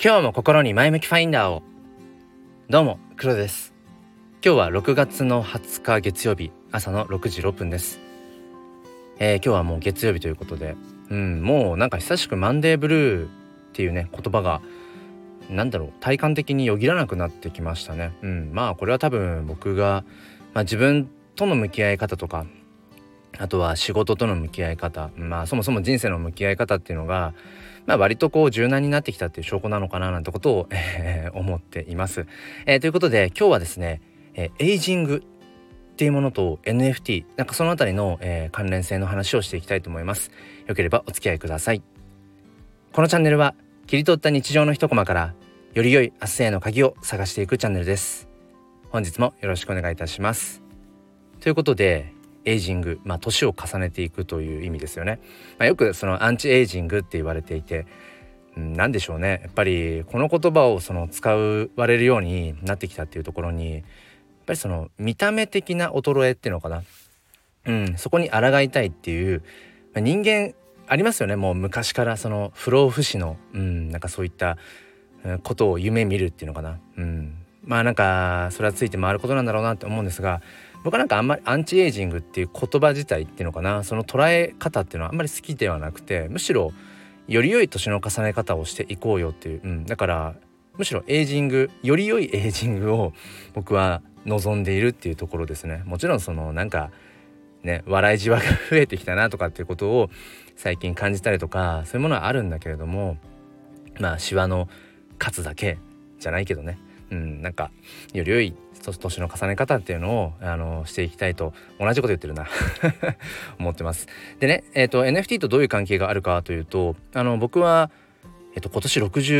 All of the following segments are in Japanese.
今日も心に前向きファインダーを。どうも黒です。今日は6月の20日月曜日朝の6時6分です。今日はもう月曜日ということで、もうなんか久しくマンデーブルーっていうね言葉が体感的によぎらなくなってきましたね。これは多分僕が、自分との向き合い方とか、あとは仕事との向き合い方、そもそも人生の向き合い方っていうのが割と柔軟になってきたっていう証拠なのかななんてことを、思っています。ということで今日はですね、エイジングっていうものと NFT そのあたりの、関連性の話をしていきたいと思います。よければお付き合いください。このチャンネルは切り取った日常の一コマからより良い明日への鍵を探していくチャンネルです。本日もよろしくお願いいたします。ということでエイジング、年を重ねていくという意味ですよね。よくそのアンチエイジングって言われていて、なんでしょうね、やっぱりこの言葉を使われるようになってきたっていうところに、やっぱりその見た目的な衰えっていうのかな、そこに抗いたいっていう、人間ありますよね。もう昔からその不老不死の、そういったことを夢見るっていうのかな、それはついて回ることなんだろうなって思うんですが、僕はあんまりアンチエイジングっていう言葉自体っていうのかな、その捉え方っていうのはあんまり好きではなくて、むしろより良い年の重ね方をしていこうよっていう、だからむしろエイジング、より良いエイジングを僕は望んでいるっていうところですね。もちろん笑いじわが増えてきたなとかっていうことを最近感じたりとか、そういうものはあるんだけれども、シワの勝つだけじゃないけどね、より良い年の重ね方っていうのをしていきたいと、同じこと言ってるな思ってます。でね、NFT とどういう関係があるかというと、僕は、今年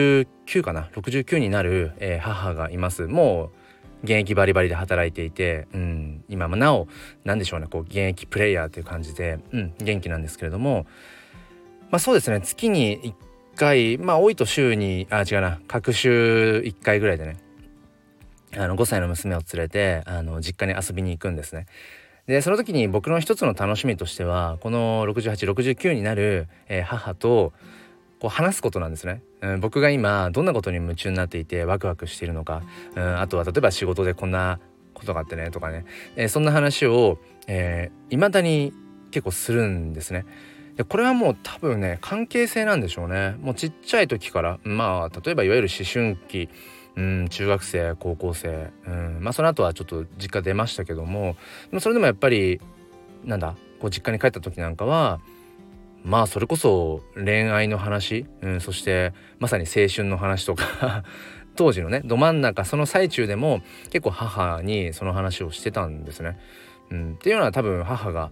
69かな、69になる、母がいます。もう現役バリバリで働いていて、今もなお現役プレイヤーという感じで、元気なんですけれども、そうですね、月に1回、多いと週に各週1回ぐらいでね、5歳の娘を連れて実家に遊びに行くんですね。でその時に僕の一つの楽しみとしては、この68、69になる、母と話すことなんですね。僕が今どんなことに夢中になっていてワクワクしているのか、あとは例えば仕事でこんなことがあってねとかね、そんな話を未だに結構するんですね。でこれはもう多分ね、関係性なんでしょうね。もうちっちゃい時から、例えばいわゆる思春期、中学生高校生、その後はちょっと実家出ましたけども、でもそれでもやっぱり実家に帰った時なんかは、それこそ恋愛の話、そしてまさに青春の話とか当時のねど真ん中、その最中でも結構母にその話をしてたんですね。っていうのは多分母が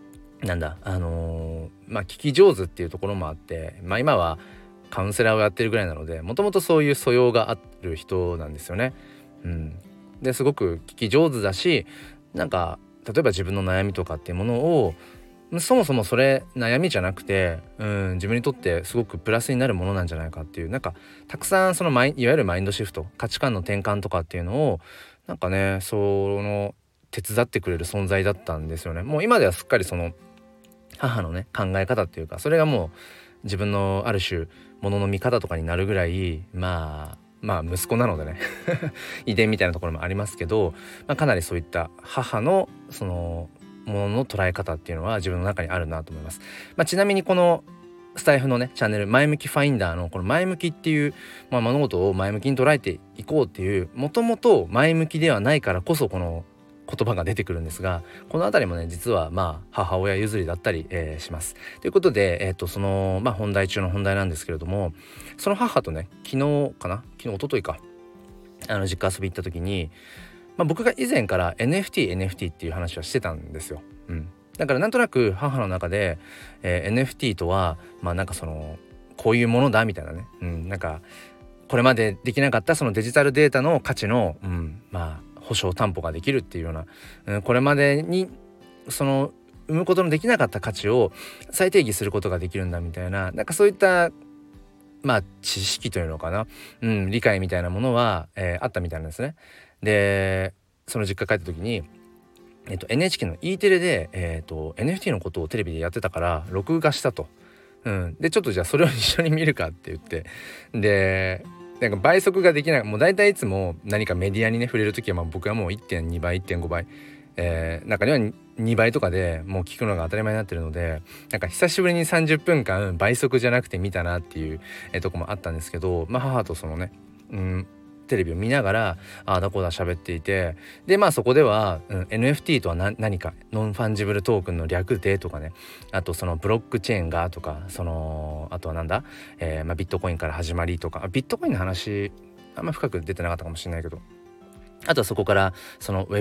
聞き上手っていうところもあって、今はカウンセラーをやってるぐらいなので、もともとそういう素養がある人なんですよね。ですごく聞き上手だし、例えば自分の悩みとかっていうものを、そもそもそれ悩みじゃなくて、自分にとってすごくプラスになるものなんじゃないかっていう、たくさんいわゆるマインドシフト、価値観の転換とかっていうのをその手伝ってくれる存在だったんですよね。もう今ではすっかりその母のね考え方っていうか、それがもう自分のある種ものの見方とかになるぐらい、息子なのでね遺伝みたいなところもありますけど、かなりそういった母のそのものの捉え方っていうのは自分の中にあるなと思います。ちなみにこのスタイフのねチャンネル、前向きファインダーのこの前向きっていう、物事を前向きに捉えていこうっていう、もともと前向きではないからこそこの言葉が出てくるんですが、このあたりもね実は母親譲りだったり、します。ということで、本題中の本題なんですけれども、その母とね昨日一昨日か実家遊び行った時に、僕が以前から NFT っていう話はしてたんですよ。だからなんとなく母の中で、NFT とはこういうものだみたいなね、これまでできなかったそのデジタルデータの価値の、保証担保ができるっていうような、これまでにその生むことのできなかった価値を再定義することができるんだみたいな、そういった知識というのかな、理解みたいなものは、あったみたいなんですね。でその実家帰った時に、NHK の E テレで、NFT のことをテレビでやってたから録画したと。でちょっとじゃあそれを一緒に見るかって言って、でなんか倍速ができない、もう大体いつも何かメディアにね触れるときは僕はもう 1.2 倍 1.5 倍、中には2倍とかでもう聞くのが当たり前になってるので、なんか久しぶりに30分間倍速じゃなくて見たなっていう、とこもあったんですけど、母とそのね、テレビを見ながらああだこうだ喋っていて、でそこでは、NFT とは何か、ノンファンジブルトークンの略でとかね、あとそのブロックチェーンがとか、あとはなんだ、ビットコインから始まりとか、ビットコインの話あんま深く出てなかったかもしれないけど、あとはそこからその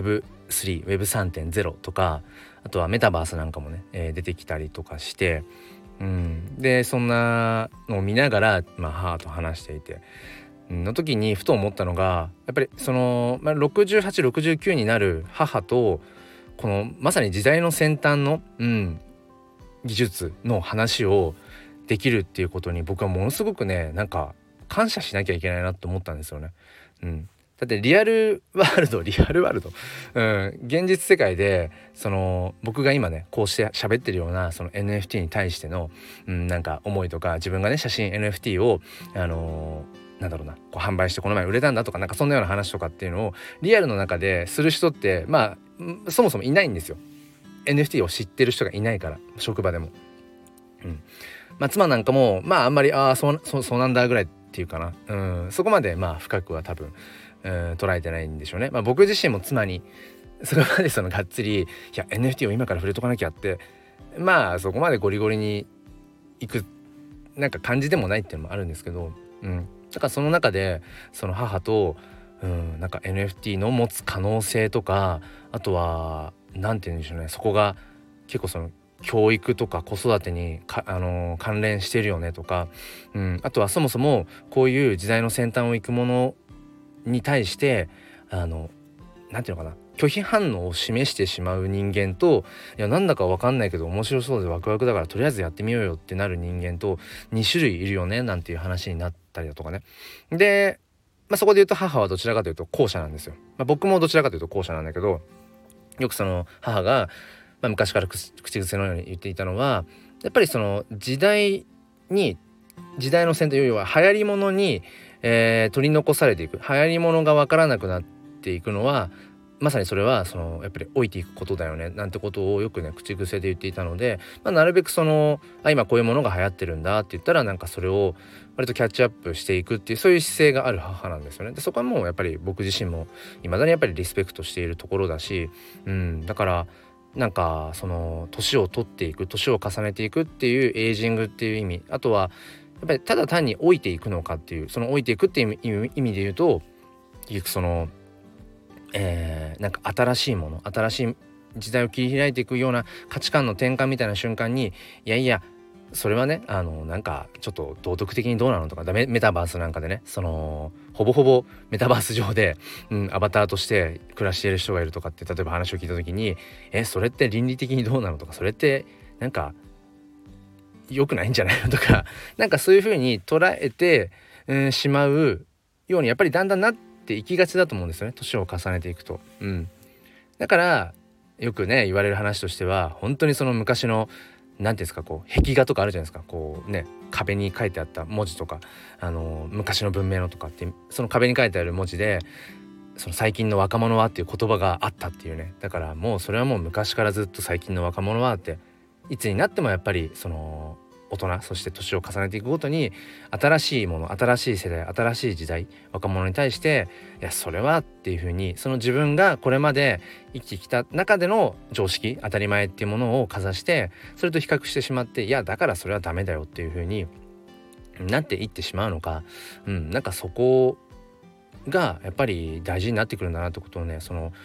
Web3、Web3.0 とか、あとはメタバースなんかもね、出てきたりとかして、でそんなのを見ながら、母と話していての時にふと思ったのが、やっぱりその、68、69になる母とこのまさに時代の先端の、技術の話をできるっていうことに僕はものすごくね、なんか感謝しなきゃいけないなと思ったんですよね。だってリアルワールド、現実世界でその僕が今ねこうして喋ってるようなその NFT に対しての、なんか思いとか、自分がね写真 NFT をなんだろうな、こう販売してこの前売れたんだとか、なんかそんなような話とかっていうのをリアルの中でする人ってそもそもいないんですよ。 NFT を知ってる人がいないから、職場でも。妻なんかもあんまりそうなんだぐらいっていうかな、そこまで深くは多分捉えてないんでしょうね。僕自身も妻にそこまでそのがっつりNFT を今から触れとかなきゃってそこまでゴリゴリに行くなんか感じでもないっていうのもあるんですけど、だからその中でその母と、なんか NFT の持つ可能性とか、あとはなんて言うんでしょうね、そこが結構その教育とか子育てに関連してるよねとか、あとはそもそもこういう時代の先端を行くものに対してなんていうのかな、拒否反応を示してしまう人間と、いやなんだか分かんないけど面白そうでワクワクだからとりあえずやってみようよってなる人間と2種類いるよねなんていう話になったりだとかね。で、そこで言うと母はどちらかというと後者なんですよ。僕もどちらかというと後者なんだけど、よくその母が、昔から口癖のように言っていたのは、やっぱりその時代の先端、要は流行り物に、取り残されていく、流行り物が分からなくなっていくのはまさにそれはそのやっぱり老いていくことだよねなんてことをよくね口癖で言っていたので、なるべくその今こういうものが流行ってるんだって言ったらなんかそれを割とキャッチアップしていくっていう、そういう姿勢がある母なんですよね。でそこはもうやっぱり僕自身も未だにやっぱりリスペクトしているところだし、だからなんかその年を取っていく、年を重ねていくっていうエイジングっていう意味、あとはやっぱりただ単に老いていくのかっていう、その老いていくっていう意味で言うと、結局そのなんか新しいもの、新しい時代を切り開いていくような価値観の転換みたいな瞬間に、いやそれはねなんかちょっと道徳的にどうなのとか、メタバースなんかでね、そのほぼほぼメタバース上で、アバターとして暮らしている人がいるとかって例えば話を聞いた時に、それって倫理的にどうなのとか、それってなんか良くないんじゃないのとか、なんかそういう風に捉えて、しまうようにやっぱりだんだんなっていきがちだと思うんですよね、年を重ねていくと。だからよくね言われる話としては、本当にその昔の何ていうんですか、こう壁画とかあるじゃないですか、こうね壁に書いてあった文字とか、昔の文明のとかって、その壁に書いてある文字でその最近の若者はっていう言葉があったっていうね。だからもうそれはもう昔からずっと最近の若者はっていつになってもやっぱりその大人、そして年を重ねていくごとに新しいもの、新しい世代、新しい時代、若者に対して、いやそれはっていう風に、その自分がこれまで生きてきた中での常識、当たり前っていうものをかざしてそれと比較してしまって、いやだからそれはダメだよっていう風になっていってしまうのか、なんかそこがやっぱり大事になってくるんだなってことをね、その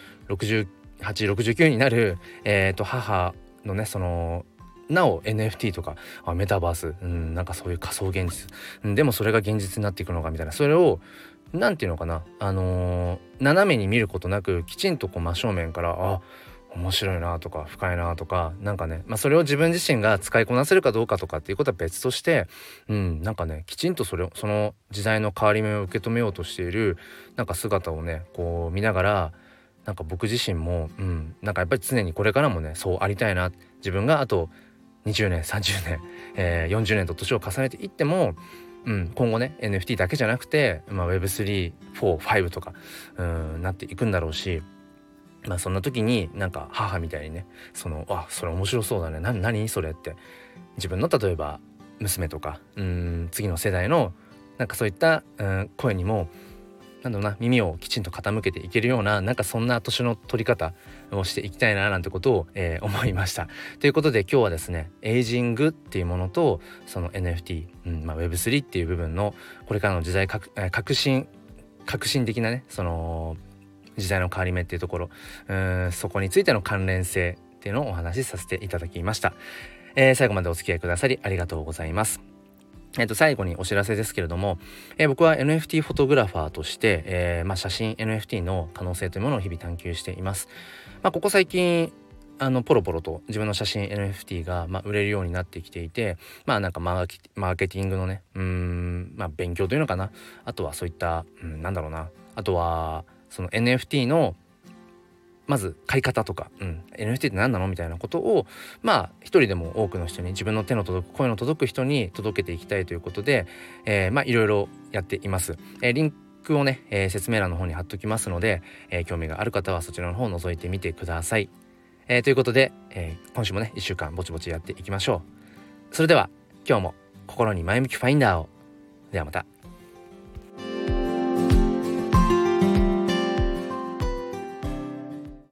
68、69になる、母のね、そのなお NFT とかメタバース、なんかそういう仮想現実、でもそれが現実になっていくのかみたいな、それをなんていうのかな、斜めに見ることなくきちんとこう真正面から面白いなとか深いなとか、なんかね、それを自分自身が使いこなせるかどうかとかっていうことは別として、なんかねきちんとその時代の変わり目を受け止めようとしているなんか姿をねこう見ながら、なんか僕自身も、なんかやっぱり常にこれからもねそうありたいな、自分があと20年30年、40年と年を重ねていっても、 今後ね NFT だけじゃなくて、Web3、4、5とかなっていくんだろうし、そんな時になんか母みたいにねそれ面白そうだね、何それって自分の例えば娘とか次の世代のなんかそういった、声にもなんだろうな、耳をきちんと傾けていけるような、なんかそんな年の取り方をしていきたいななんてことを、思いました。ということで今日はですね、エイジングっていうものとその NFT、Web3 っていう部分のこれからの時代革新的なね、その時代の変わり目っていうところ、そこについての関連性っていうのをお話しさせていただきました。最後までお付き合いくださりありがとうございます。最後にお知らせですけれども、僕は NFT フォトグラファーとして、写真 NFT の可能性というものを日々探求しています。ここ最近ポロポロと自分の写真 NFT が、売れるようになってきていて、なんかマーケティングのね勉強というのかな、あとはそういった、なんだろうな、あとはその NFT のまず買い方とか、NFT って何なのみたいなことを一人でも多くの人に、自分の手の届く声の届く人に届けていきたいということで、いろいろやっています。リンクをね、説明欄の方に貼っときますので、興味がある方はそちらの方を覗いてみてください。ということで、今週もね1週間ぼちぼちやっていきましょう。それでは今日も心に前向きファインダーを。ではまた。